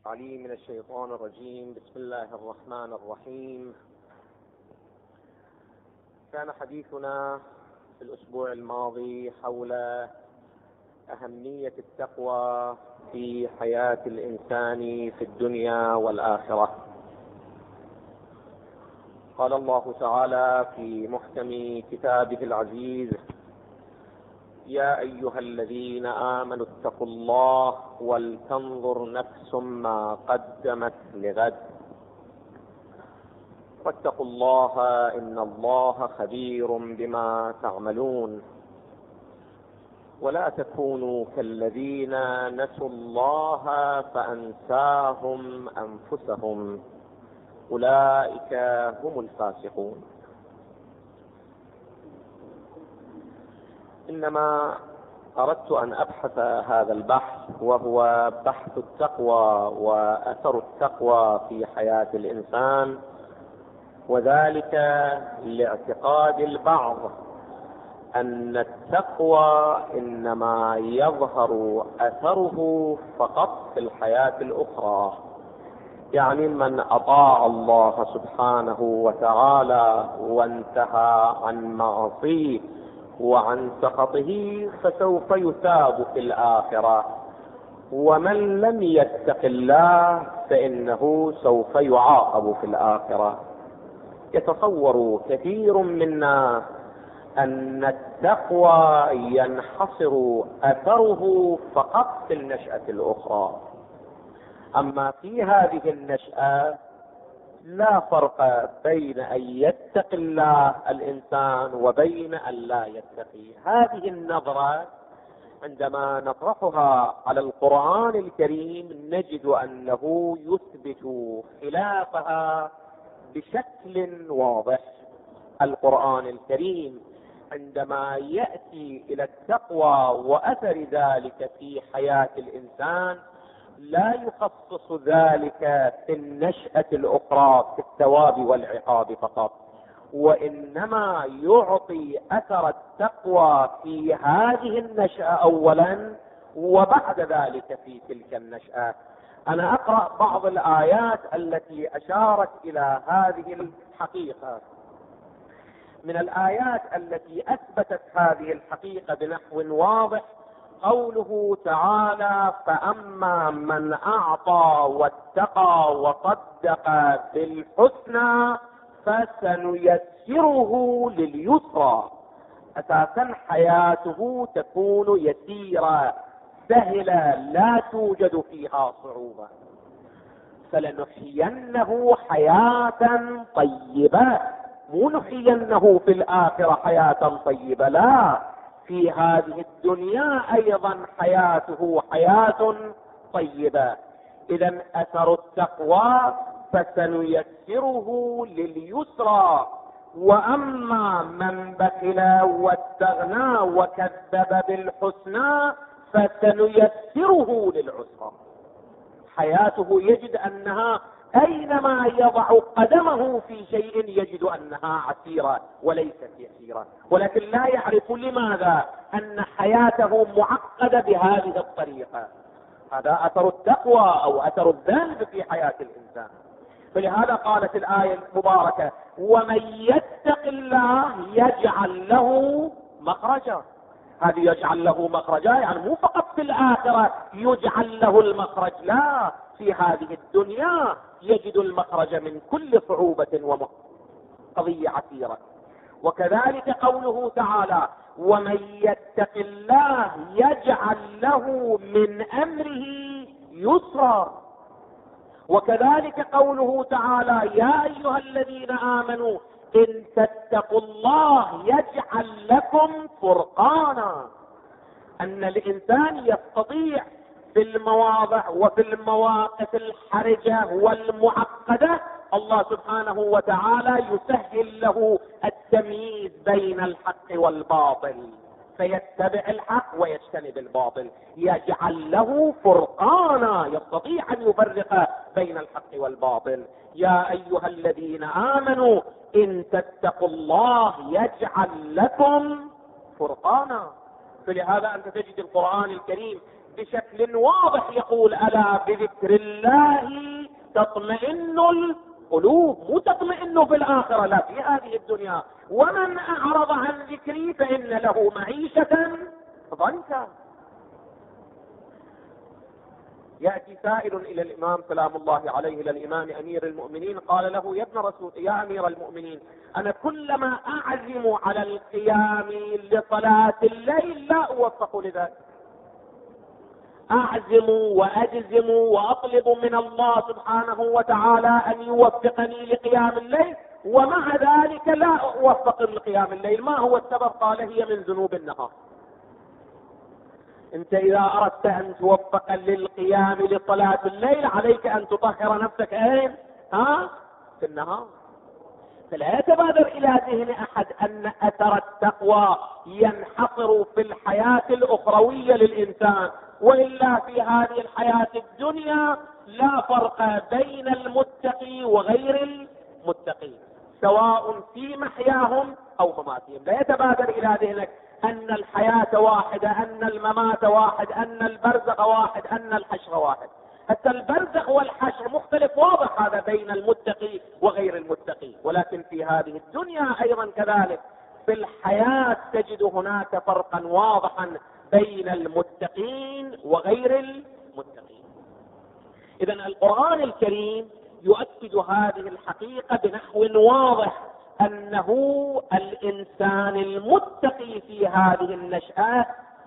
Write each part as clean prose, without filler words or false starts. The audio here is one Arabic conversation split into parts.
العليم من الشيطان الرجيم. بسم الله الرحمن الرحيم. كان حديثنا في الأسبوع الماضي حول أهمية التقوى في حياة الإنسان في الدنيا والآخرة. قال الله تعالى في محكم كتابه العزيز: يا أيها الذين آمنوا اتقوا الله ولتنظر نفس ما قدمت لغد واتقوا الله إن الله خبير بما تعملون ولا تكونوا كالذين نسوا الله فأنساهم أنفسهم أولئك هم الفاسقون. إنما أردت أن أبحث هذا البحث، وهو بحث التقوى وأثر التقوى في حياة الإنسان، وذلك لاعتقاد البعض أن التقوى إنما يظهر أثره فقط في الحياة الأخرى. يعني من أطاع الله سبحانه وتعالى وانتهى عن معصيه وعن سخطه فسوف يثاب في الآخرة، ومن لم يتق الله فإنه سوف يعاقب في الآخرة. يتصور كثير منا أن التقوى ينحصر أثره فقط في النشأة الأخرى، أما في هذه النشأة لا فرق بين أن يتقي الله الإنسان وبين أن لا يتقي. هذه النظرة عندما نطرحها على القرآن الكريم نجد أنه يثبت خلافها بشكل واضح. القرآن الكريم عندما يأتي إلى التقوى وأثر ذلك في حياة الإنسان لا يخصص ذلك في النشأة الأخرى في الثواب والعقاب فقط، وإنما يعطي أثر التقوى في هذه النشأة أولا وبعد ذلك في تلك النشأة. أنا أقرأ بعض الآيات التي أشارت إلى هذه الحقيقة. من الآيات التي أثبتت هذه الحقيقة بنحو واضح قوله تعالى: فأما من أعطى واتقى وصدق بالحسنى فسنيسره لليسرى. أساسا حياته تكون يسيرة سهلة لا توجد فيها صعوبة. فلنحيينه حياة طيبة، مو نحيينه في الآخرة حياة طيبة، لا، في هذه الدنيا أيضا حياته حياة طيبة. إذن أثر التقوى فسنيسره لليسرى، وأما من بخل واستغنى وكذب بالحسنى فسنيسره للعسرى. حياته يجد أنها أينما يضع قدمه في شيء يجد أنها عسيرة وليست يسيرة، ولكن لا يعرف لماذا أن حياته معقدة بهذه الطريقة. هذا أثر التقوى أو أثر الذنب في حياة الإنسان. فلهذا قالت الآية المباركة: ومن يتق الله يجعل له مخرجا. هذه يجعل له مخرجا يعني مو فقط في الآخرة يجعل له المخرج، لا، في هذه الدنيا يجد المخرج من كل صعوبة وقضية عسيرة. وكذلك قوله تعالى: ومن يتق الله يجعل له من أمره يسرا. وكذلك قوله تعالى: يا أيها الذين آمنوا إن تتقوا الله يجعل لكم فرقانا. أن الإنسان يستطيع في المواضع وفي المواقف الحرجة والمعقدة الله سبحانه وتعالى يسهل له التمييز بين الحق والباطل، فيتبع الحق ويجتنب الباطل. يجعل له فرقانا، يستطيع أن يفرق بين الحق والباطل. يا أيها الذين آمنوا إن تتقوا الله يجعل لكم فرقانا. فلهذا أنت تجد القرآن الكريم بشكل واضح يقول ألا بذكر الله تطمئن القلوب، مو تطمئن في الآخرة، لا في هذه الدنيا. ومن أعرض عن ذكري فإن له معيشة ضنكا. يأتي سائل إلى الإمام سلام الله عليه، إلى الإمام أمير المؤمنين، قال له يا ابن رسول يا أمير المؤمنين، أنا كلما أعزم على القيام لصلاة الليل لا أوفق لذلك، أعزم وأجزم وأطلب من الله سبحانه وتعالى أن يوفقني لقيام الليل، ومع ذلك لا أوفق لقيام الليل. ما هو السبب؟ قال هي من ذنوب النهار. انت اذا اردت ان توفق للقيام لصلاة الليل عليك ان تطهر نفسك اين؟ في النهار. فلا يتبادر الى ذهن احد ان اثر التقوى ينحصر في الحياة الاخروية للانسان، والا في هذه الحياة الدنيا لا فرق بين المتقي وغير المتقي، سواء في محياهم او مماتهم. لا يتبادر الى ذهنك ان الحياة واحدة، ان الممات واحد، ان البرزخ واحد، ان الحشر واحد. حتى البرزخ والحشر مختلف واضح هذا بين المتقي وغير المتقي، ولكن في هذه الدنيا ايضا كذلك في الحياة تجد هناك فرقا واضحا بين المتقين وغير المتقين. اذا القرآن الكريم يؤكد هذه الحقيقة بنحو واضح، انه الانسان المتقي في هذه النشأة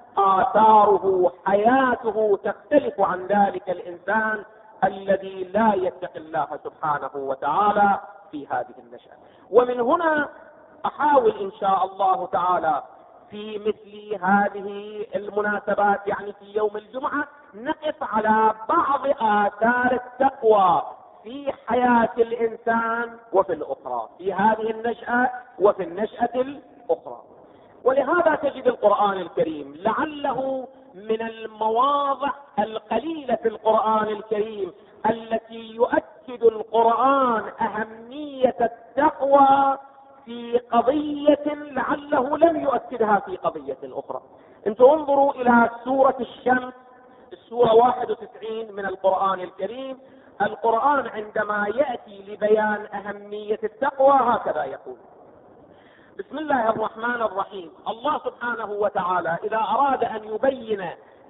آثاره حياته تختلف عن ذلك الانسان الذي لا يتقي الله سبحانه وتعالى في هذه النشأة. ومن هنا احاول ان شاء الله تعالى في مثل هذه المناسبات، يعني في يوم الجمعة، نقف على بعض آثار التقوى في حياة الإنسان وفي الأخرى، في هذه النشأة وفي النشأة الأخرى. ولهذا تجد القرآن الكريم لعله من المواضع القليلة في القرآن الكريم التي يؤكد القرآن أهمية التقوى في قضية لعله لم يؤكدها في قضية أخرى. انتم انظروا إلى سورة الشمس، السورة 91 من القرآن الكريم. القرآن عندما يأتي لبيان أهمية التقوى هكذا يقول: بسم الله الرحمن الرحيم. الله سبحانه وتعالى إذا أراد أن يبين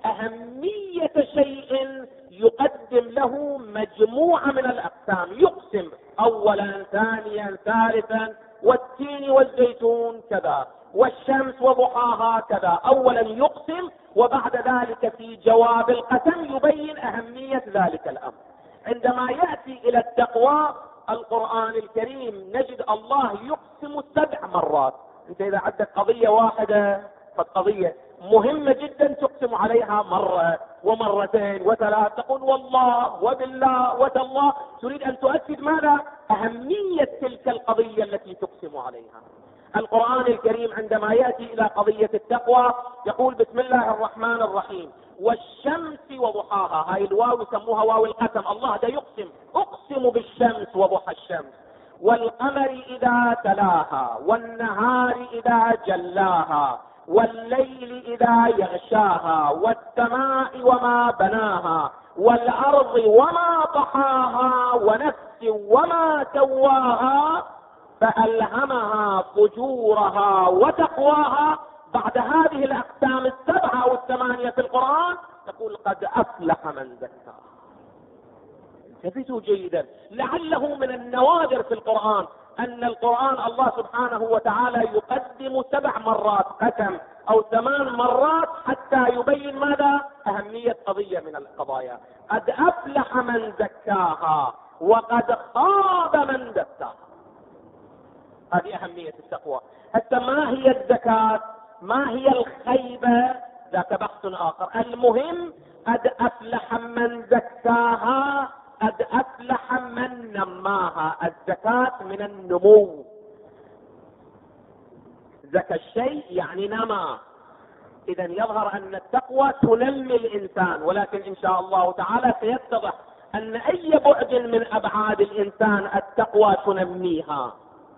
أهمية شيء يقدم له مجموعة من الأقسام، يقسم أولا ثانيا ثالثا، والتين والزيتون كذا، والشمس وضحاها كذا. أولا يقسم، وبعد ذلك في جواب القسم يبين أهمية ذلك الأمر. عندما يأتي إلى التقوى القرآن الكريم نجد الله يقسم 7 مرات. انت اذا عندك قضية واحدة، فالقضية مهمة جدا تقسم عليها مرة ومرتين وثلاث، تقول والله وبالله وتالله، تريد ان تؤكد ماذا؟ أهمية تلك القضية التي تقسم عليها. القرآن الكريم عندما يأتي إلى قضية التقوى يقول بسم الله الرحمن الرحيم: والشمس وضحاها. هاي الواو يسموها واو القسم. الله ده يقسم، اقسم بالشمس وضحى الشمس، والقمر إذا تلاها، والنهار إذا جلاها، والليل إذا يغشاها، والسماء وما بناها، والأرض وما طحاها، ونفس وما سواها، فألهمها فجورها وتقواها. بعد هذه الأقسام 7 أو 8 في القرآن تقول قد أفلح من زكاها. انتبهوا جيدا، لعله من النوادر في القرآن أن القرآن الله سبحانه وتعالى يقدم 7 مرات قسم أو 8 مرات حتى يبين ماذا؟ أهمية قضية من القضايا. قد أفلح من زكاها وقد خاب من دساها. هذه أهمية التقوى. حتى ما هي الزكاة؟ ما هي الخيبة؟ ذاك بحث آخر. المهم قد أفلح من زكاها، قد أفلح من نماها. الزكاة من النمو، زكى الشيء يعني نما. إذا يظهر أن التقوى تنمي الإنسان، ولكن إن شاء الله تعالى سيتضح أن أي بعد من أبعاد الإنسان التقوى تنميها.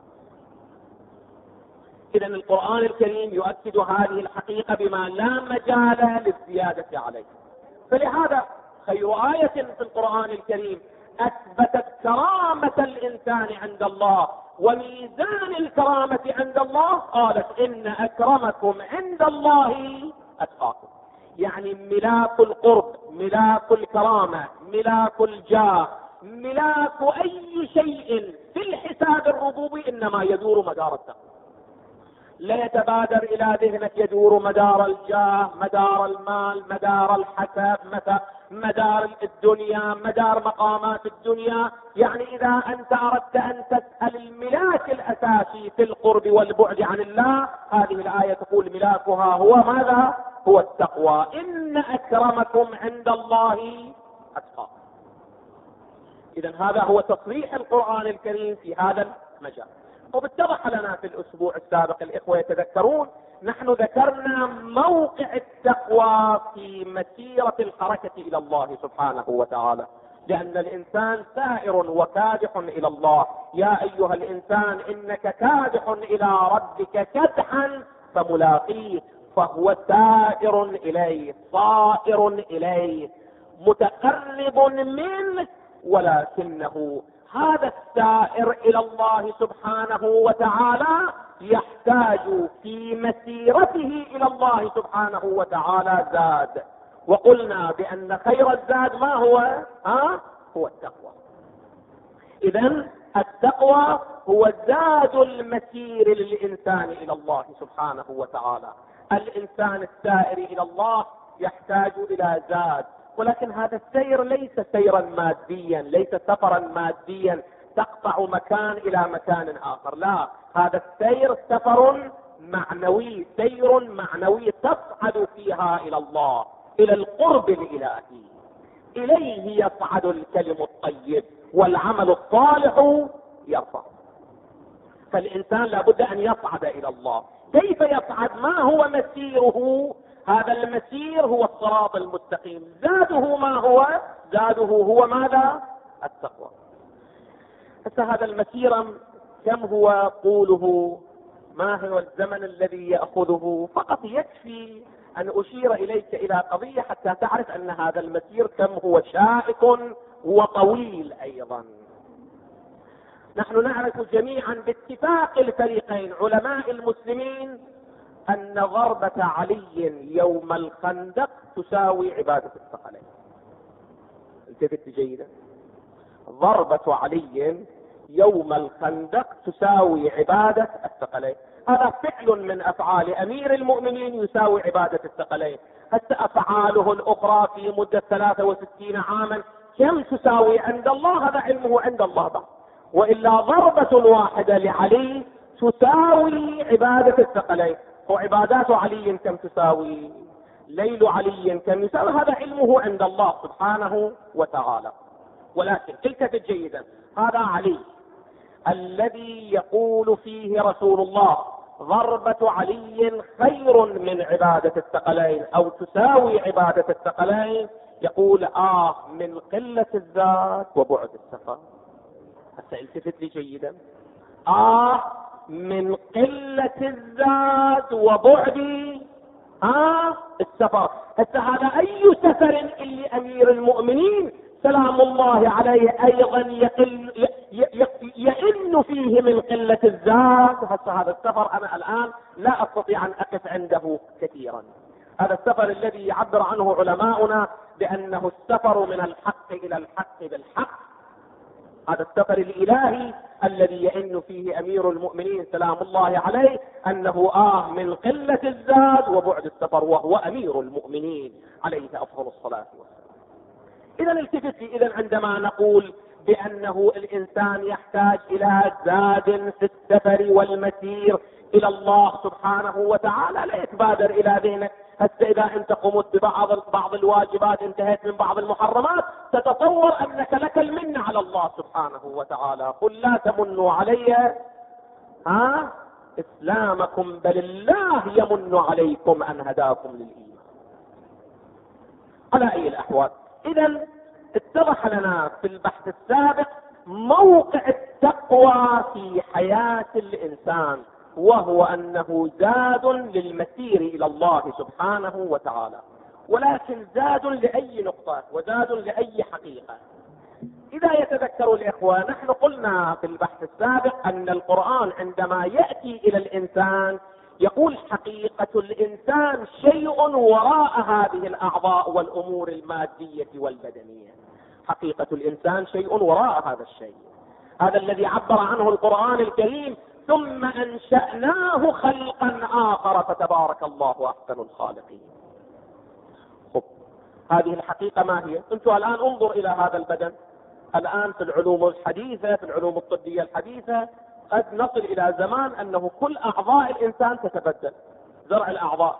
إذا القرآن الكريم يؤكد هذه الحقيقة بما لا مجال للزيادة عليه. فلهذا خير آية في القرآن الكريم أثبتت كرامة الإنسان عند الله وميزان الكرامة عند الله، قالت إن أكرمكم عند الله أتقاكم. يعني ملاك القرب، ملاك الكرامة، ملاك الجاه، ملاك أي شيء في الحساب الربوبي إنما يدور مدار التقوى. لا يتبادر إلى ذهنك يدور مدار الجاه، مدار المال، مدار الحسب، مدار الدنيا، مدار مقامات الدنيا. يعني إذا أنت أردت أن تسأل الملاك الأساسي في القرب والبعد عن الله، هذه الآية تقول ملاكها هو ماذا؟ هو التقوى. إن أكرمكم عند الله أتقاكم. إذا هذا هو تصريح القرآن الكريم في هذا المجال. واتضح لنا في الأسبوع السابق، الإخوة يتذكرون، نحن ذكرنا موقع التقوى في مسيرة الحركة إلى الله سبحانه وتعالى، لأن الإنسان سائر وكادح إلى الله. يا أيها الإنسان إنك كادح إلى ربك كدحا فملاقيه، فهو سائر إليه، صائر إليه، متقرب منه، ولكنه هذا السائر إلى الله سبحانه وتعالى يحتاج في مسيرته إلى الله سبحانه وتعالى زاد. وقلنا بأن خير الزاد ما هو؟ هو التقوى. إذن التقوى هو زاد المسير للإنسان إلى الله سبحانه وتعالى. الإنسان السائر إلى الله يحتاج إلى زاد، ولكن هذا السير ليس سيرا ماديا، ليس سفرا ماديا تقطع مكان إلى مكان آخر، لا، هذا السير سفر معنوي، سير معنوي تصعد فيها إلى الله، إلى القرب الإلهي. إليه يصعد الكلم الطيب والعمل الصالح يرفع. فالإنسان لابد أن يصعد إلى الله. كيف يصعد؟ ما هو مسيره؟ هذا المسير هو الصراط المستقيم. زاده ما هو؟ زاده هو ماذا؟ التقوى. هذا المسير كم هو طوله؟ ما هو الزمن الذي يأخذه؟ فقط يكفي أن أشير إليك إلى قضية حتى تعرف أن هذا المسير كم هو شائك وطويل أيضا. نحن نعرف جميعا باتفاق الفريقين علماء المسلمين أن ضربة علي يوم الخندق تساوي عبادة الثقلين. التفت جيدا، ضربة علي يوم الخندق تساوي عبادة الثقلين. هذا فعل من أفعال أمير المؤمنين يساوي عبادة الثقلين. حتى أفعاله الأخرى في مدة 63 عاما كم تساوي عند الله؟ هذا علمه عند الله بعد. وإلا ضربة واحدة لعلي تساوي عبادة الثقلين. وعبادات علي كم تساوي؟ ليل علي كم يساوي؟ هذا علمه عند الله سبحانه وتعالى. ولكن التفت جيدا، هذا علي الذي يقول فيه رسول الله ضربة علي خير من عبادة الثقلين أو تساوي عبادة الثقلين، يقول من قلة الذات وبعد السفر. هسه التفت لي جيدا، من قلة الذات وبعد السفر. هسه هذا أي سفر اللي أمير المؤمنين سلام الله عليه أيضا يئن فيه من قلة الذات. هسه هذا السفر أنا الآن لا أستطيع أن أقف عنده كثيرا. هذا السفر الذي يعبر عنه علماؤنا بأنه السفر من الحق إلى الحق بالحق، هذا السفر الإلهي الذي يئن فيه أمير المؤمنين سلام الله عليه أنه من قلة الذات وبعد السفر، وهو أمير المؤمنين عليه أفضل الصلاة والسلام. إذا التفت، إذا عندما نقول بأنه الإنسان يحتاج إلى زاد في السفر والمسير إلى الله سبحانه وتعالى، لا يتبادر إلى ذهنك حتى إذا أنت قمت ببعض الواجبات، انتهيت من بعض المحرمات، تتصور أنك لك المنة على الله سبحانه وتعالى. قل لا تمنوا علي إسلامكم بل الله يمن عليكم أن هداكم للإيمان. على أي الأحوال، إذا اتضح لنا في البحث السابق موقع التقوى في حياة الإنسان، وهو أنه زاد للمسير إلى الله سبحانه وتعالى. ولكن زاد لأي نقطة وزاد لأي حقيقة. إذا يتذكر الإخوة، نحن قلنا في البحث السابق أن القرآن عندما يأتي إلى الإنسان يقول حقيقة الإنسان شيء وراء هذه الأعضاء والأمور المادية والبدنية. حقيقة الإنسان شيء وراء هذا الشيء، هذا الذي عبر عنه القرآن الكريم: ثم أنشأناه خلقا آخر فتبارك الله أحسن الخالقين. هذه الحقيقة ما هي؟ أنتم الآن انظر إلى هذا البدن. الآن في العلوم الحديثة، في العلوم الطبية الحديثة، قد نصل إلى زمان أنه كل أعضاء الإنسان تتبدل. زرع الأعضاء،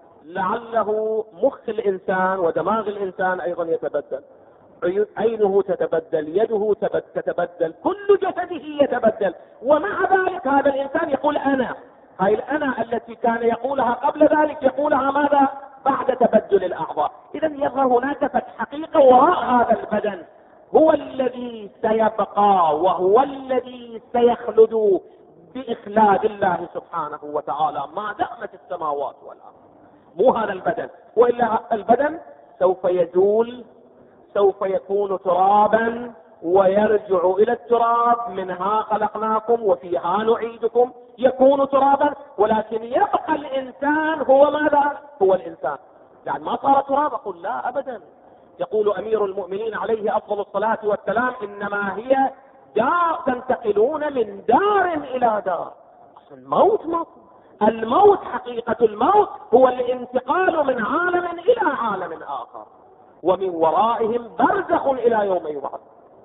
لعله مخ الإنسان ودماغ الإنسان أيضا يتبدل، عينه تتبدل، يده تتبدل، كل جسده يتبدل. ومع ذلك هذا الإنسان يقول أنا. هاي الأنا التي كان يقولها قبل ذلك يقولها ماذا؟ بعد تبدل الأعضاء. إذا يظهر هناك حقيقة وراء هذا البدن، هو الذي سيبقى وهو الذي سيخلد بإخلاد الله سبحانه وتعالى ما دامت السماوات والأرض. مو هذا البدن، وإلا البدن سوف يزول، سوف يكون ترابا ويرجع إلى التراب، منها خلقناكم وفيها نعيدكم، يكون ترابا. ولكن يبقى الإنسان هو ماذا؟ هو الإنسان. يعني ما صار تراب؟ أقول لا أبدا. يقول أمير المؤمنين عليه أفضل الصلاة والسلام: إنما هي دار، تنتقلون من دار إلى دار. الموت ما الموت حقيقة الموت هو الانتقال من عالم إلى عالم آخر، ومن ورائهم برزخ إلى يوم يبعث.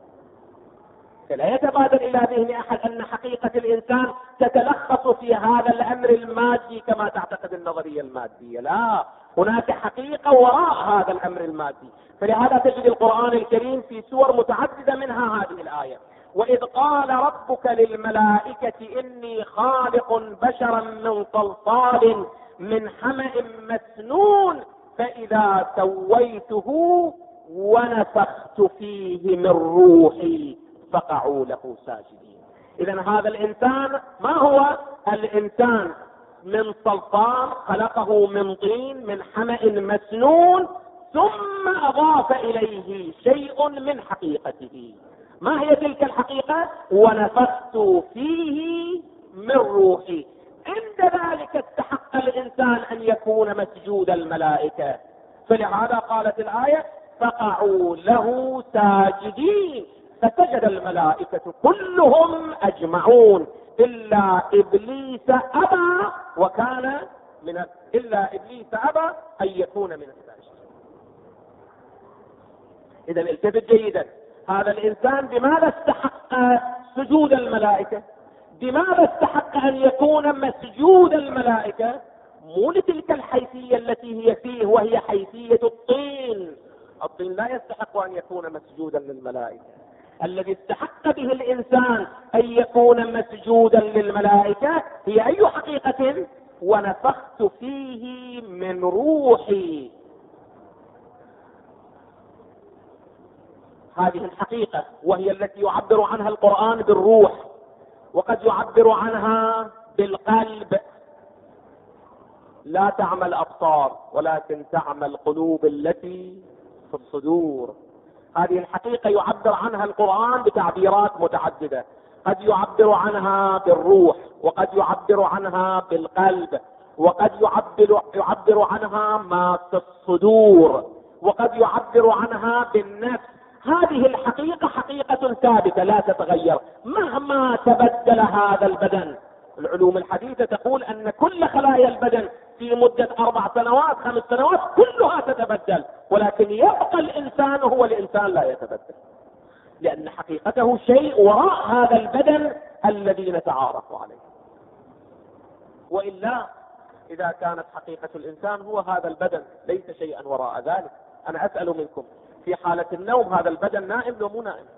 فلا يتبادر إلى ذهن أحد أن حقيقة الإنسان تتلخص في هذا الأمر المادي كما تعتقد النظرية المادية. لا، هناك حقيقة وراء هذا الأمر المادي. فلهذا تجد القرآن الكريم في سور متعددة منها هذه الآية: وإذ قال ربك للملائكة إني خالق بشرا من صلصال من حمأ مسنون فإذا سويته ونفخت فيه من روحي فقعوا له ساجدين. إذن هذا الإنسان ما هو؟ الإنسان من صلصال، خلقه من طين من حمأ مسنون، ثم أضاف إليه شيء من حقيقته. ما هي تلك الحقيقة؟ ونفخت فيه من روحي. عند ذلك استحق الإنسان أن يكون مسجود الملائكة، فلهذا قالت الآية: فقعوا له ساجدين. فسجد الملائكة كلهم أجمعون إلا إبليس أبى، وكان من إلا إبليس أبى أن يكون من الساجدين. إذا التفت جيدا، هذا الإنسان بماذا استحق سجود الملائكة؟ بماذا استحق أن يكون مسجود الملائكة؟ مو لتلك الحيثية التي هي فيه، وهي حيثية الطين. الطين لا يستحق أن يكون مسجودا للملائكة. الذي استحق به الإنسان أن يكون مسجودا للملائكة هي أي حقيقة؟ ونفخت فيه من روحي. هذه الحقيقة وهي التي يعبر عنها القرآن بالروح، وقد يعبر عنها بالقلب. لا تعمى الأبصار ولكن تعمى القلوب التي في الصدور. هذه الحقيقة يعبر عنها القرآن بتعبيرات متعددة، قد يعبر عنها بالروح، وقد يعبر عنها بالقلب، وقد يعبر عنها ما في الصدور، وقد يعبر عنها بالنفس. هذه الحقيقة حقيقة ثابتة لا تتغير مهما تبدل هذا البدن. العلوم الحديثة تقول أن كل خلايا البدن في مدة 4 سنوات 5 سنوات كلها تتبدل، ولكن يبقى الإنسان هو الإنسان لا يتبدل، لأن حقيقته شيء وراء هذا البدن الذي نتعارف عليه. وإلا إذا كانت حقيقة الإنسان هو هذا البدن ليس شيئا وراء ذلك. أنا أسأل منكم، في حالة النوم هذا البدن نائم لو مو نائم؟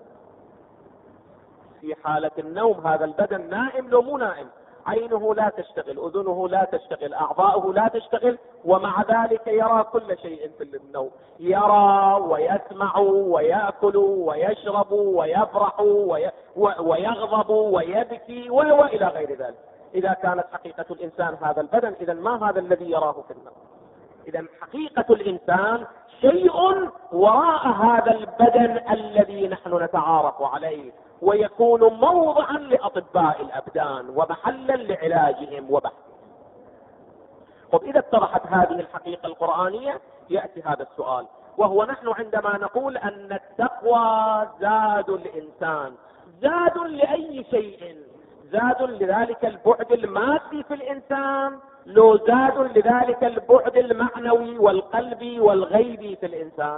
في حالة النوم هذا البدن نائم لو مو نائم؟ عينه لا تشتغل، أذنه لا تشتغل، أعضاؤه لا تشتغل، ومع ذلك يرى كل شيء في النوم. يرى ويسمع ويأكل ويشرب ويفرح ويغضب ويبكي وإلى غير ذلك. إذا كانت حقيقة الإنسان هذا البدن، إذا ما هذا الذي يراه في النوم؟ إذا حقيقة الإنسان شيء وراء هذا البدن الذي نحن نتعارف عليه، ويكون موضعا لأطباء الأبدان ومحلا لعلاجهم وبحثهم. طب إذا اتضحت هذه الحقيقة القرآنية يأتي هذا السؤال، وهو نحن عندما نقول أن التقوى زاد الإنسان، زاد لأي شيء؟ زاد لذلك البعد المادي في الإنسان، لو زاد لذلك البعد المعنوي والقلبي والغيبي في الإنسان؟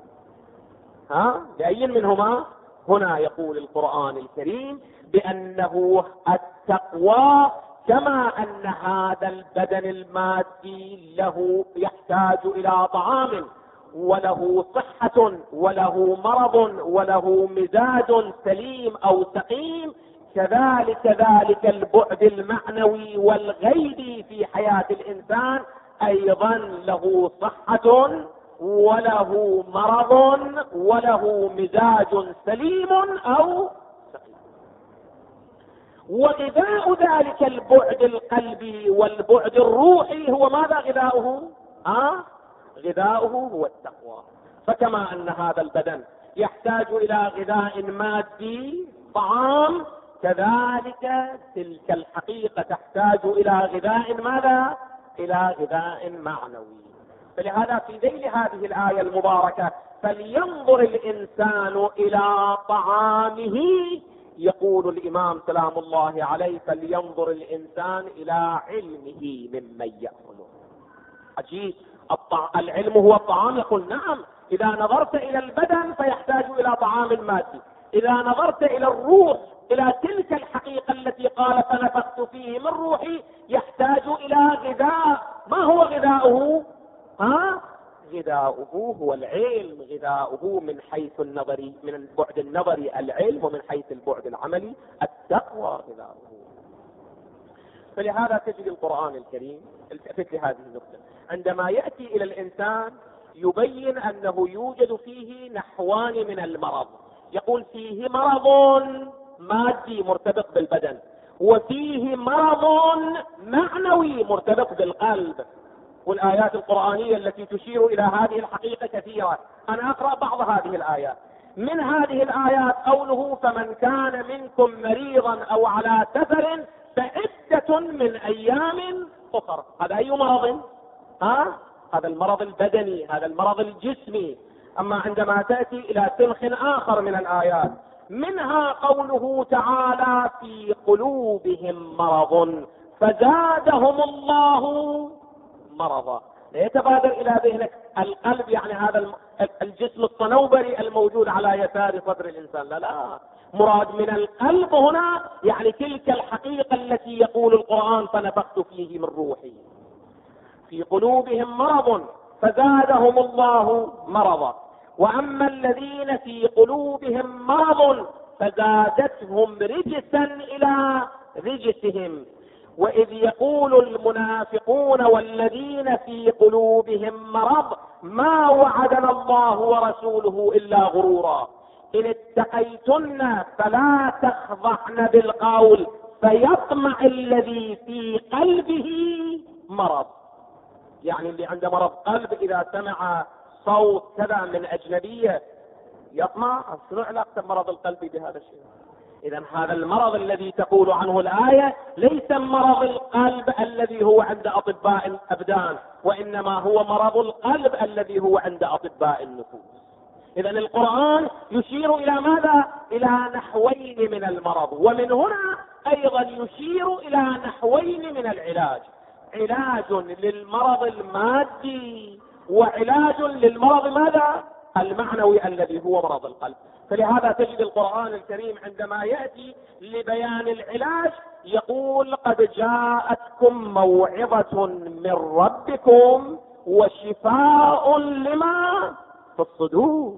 لأي منهما؟ هنا يقول القرآن الكريم بأنه التقوى كما أن هذا البدن المادي له يحتاج إلى طعام وله صحة وله مرض وله مزاج سليم أو سقيم، كذلك ذلك البعد المعنوي والغيبي في حياة الإنسان أيضا له صحة وله مرض وله مزاج سليم أو سقيم. وغذاء ذلك البعد القلبي والبعد الروحي هو ماذا غذاؤه؟ غذاؤه هو التقوى. فكما أن هذا البدن يحتاج إلى غذاء مادي طعام، كذلك تلك الحقيقة تحتاج إلى غذاء ماذا؟ إلى غذاء معنوي. فلهذا في ذيل هذه الآية المباركة فلينظر الإنسان إلى طعامه، يقول الإمام سلام الله عليه فلينظر الإنسان إلى علمه ممن يأكله. عجيب، العلم هو الطعام؟ يقول نعم. إذا نظرت إلى البدن فيحتاج إلى طعام مادي، إذا نظرت إلى الروح إلى تلك الحقيقة التي قال فنفخت فيه من روحي يحتاج إلى غذاء. ما هو غذاؤه؟ غذاؤه هو العلم، غذاؤه من حيث النظري، من البعد النظري العلم، ومن حيث البعد العملي التقوى غذاؤه. فلهذا تجد القرآن الكريم التفت لهذه النقطة عندما يأتي إلى الإنسان يبين أنه يوجد فيه نحوان من المرض. يقول فيه مرض مادي مرتبط بالبدن، وفيه مرض معنوي مرتبط بالقلب. والآيات القرآنية التي تشير إلى هذه الحقيقة كثيرة. أنا أقرأ بعض هذه الآيات. من هذه الآيات قوله فمن كان منكم مريضا أو على سفر فعدة من أيام أخرى. هذا أي مرض؟ هذا المرض البدني، هذا المرض الجسمي. أما عندما تأتي إلى سلخ آخر من الآيات منها قوله تعالى في قلوبهم مرض فزادهم الله مرضا. لا يتبادر إلى ذهنك القلب، يعني هذا الجسم الصنوبري الموجود على يسار صدر الإنسان، لا، مراد من القلب هنا يعني تلك الحقيقة التي يقول القرآن فنفخت فيه من روحي. في قلوبهم مرض فزادهم الله مرضا، وأما الذين في قلوبهم مرض فزادتهم رجسا إلى رجسهم. وإذ يقول المنافقون والذين في قلوبهم مرض ما وعدنا الله ورسوله إلا غرورا إن اتقيتن فلا تخضعن بالقول فيطمع الذي في قلبه مرض. يعني اللي عنده مرض قلب إذا سمع صوت كذا من أجنبية يطمع. شنو علاقة مرض القلب بهذا الشيء؟ إذا هذا المرض الذي تقول عنه الآية ليس مرض القلب الذي هو عند أطباء الأبدان، وإنما هو مرض القلب الذي هو عند أطباء النفوس. إذا القرآن يشير إلى ماذا؟ إلى نحوين من المرض، ومن هنا أيضا يشير إلى نحوين من العلاج، علاج للمرض المادي وعلاج للمرض ماذا؟ المعنوي الذي هو مرض القلب. فلهذا تجد القرآن الكريم عندما يأتي لبيان العلاج يقول قد جاءتكم موعظة من ربكم وشفاء لما في الصدور.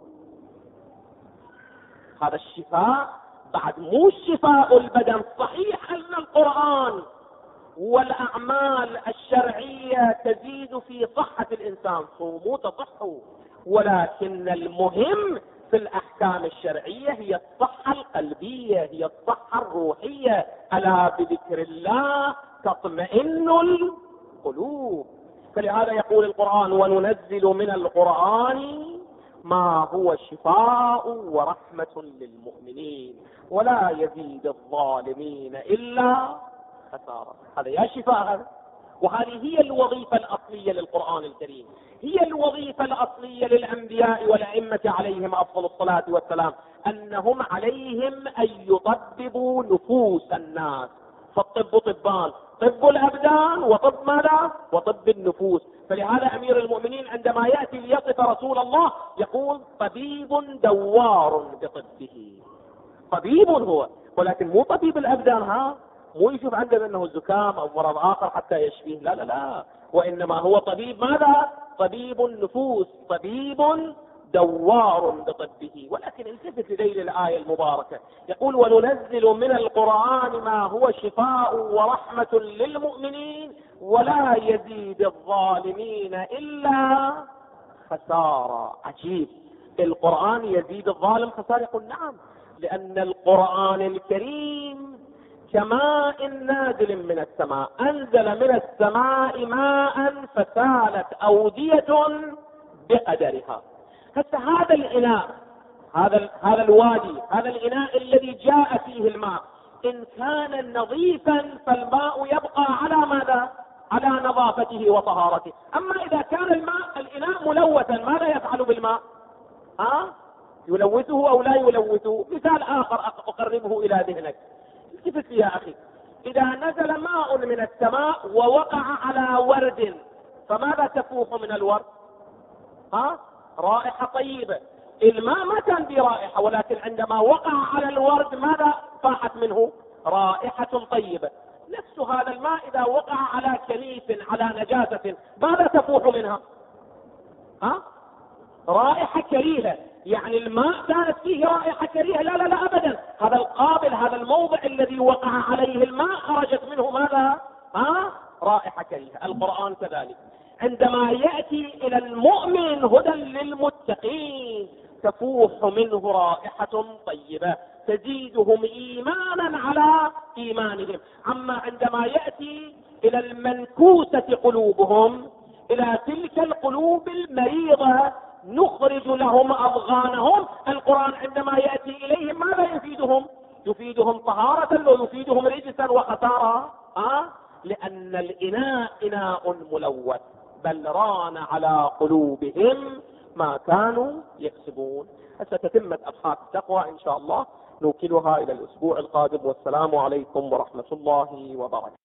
هذا الشفاء بعد مو شفاء البدن. صحيح أن القرآن والأعمال الشرعية تزيد في صحة الإنسان، صوموا تصحوا، ولكن المهم في الأحكام الشرعية هي الصحة القلبية، هي الصحة الروحية. ألا بذكر الله تطمئن القلوب. فلهذا يقول القرآن: وننزل من القرآن ما هو شفاء ورحمة للمؤمنين ولا يزيد الظالمين إلا خسارة. هذا يا شفاء هذا. وهذه هي الوظيفة الأصلية للقرآن الكريم، هي الوظيفة الأصلية للأنبياء والأئمة عليهم أفضل الصلاة والسلام، أنهم عليهم أن يطببوا نفوس الناس. فالطب طبان: طب الأبدان وطب ماذا؟ وطب النفوس. فلهذا أمير المؤمنين عندما يأتي ليصف رسول الله يقول: طبيب دوار بطبه. طبيب هو، ولكن مو طبيب الأبدان، مو يشوف عنده أنه زكام أو مرض آخر حتى يشفيه، لا لا لا، وإنما هو طبيب ماذا؟ طبيب النفوس، طبيب دوار بطبه. ولكن التفت لذيل الآية المباركة، يقول: وننزل من القرآن ما هو شفاء ورحمة للمؤمنين ولا يزيد الظالمين إلا خسارة. عجيب، القرآن يزيد الظالم خسارة؟ يقول: نعم، لأن القرآن الكريم كماء نازل من السماء، أنزل من السماء ماء فسالت أودية بقدرها. حتى هذا الإناء، هذا الوادي، هذا الإناء الذي جاء فيه الماء، إن كان نظيفا فالماء يبقى على ماذا؟ على نظافته وطهارته. أما إذا كان الإناء ملوثا، ماذا يفعل بالماء؟ يلوثه أو لا يلوثه؟ مثال آخر أقربه إلى ذهنك، التفت يا أخي، إذا نزل ماء من السماء ووقع على ورد، فماذا تفوح من الورد؟ رائحة طيبة. الماء ما كان برائحة، ولكن عندما وقع على الورد ماذا فاحت منه؟ رائحة طيبة. نفس هذا الماء إذا وقع على كنيس، على نجاسة، ماذا تفوح منها؟ رائحة كريهة. يعني الماء كانت فيه رائحة كريهة؟ لا لا لا أبدا. هذا القابل، هذا الموضع الذي وقع عليه الماء خرجت منه ماذا؟ رائحة كريهة. القرآن كذلك، عندما يأتي إلى المؤمن هدى للمتقين تفوح منه رائحة طيبة تزيدهم إيمانا على إيمانهم. أما عندما يأتي إلى المنكوسة قلوبهم، إلى تلك القلوب المريضة، نخرج لهم أضغانهم. القرآن عندما يأتي إليهم ماذا يفيدهم؟ يفيدهم طهارة ويفيدهم رجسا وخسارة. لأن الإناء إناء ملوث، بل ران على قلوبهم ما كانوا يكسبون. ستتمت أبحاث التقوى إن شاء الله نوكلها إلى الأسبوع القادم، والسلام عليكم ورحمة الله وبركاته.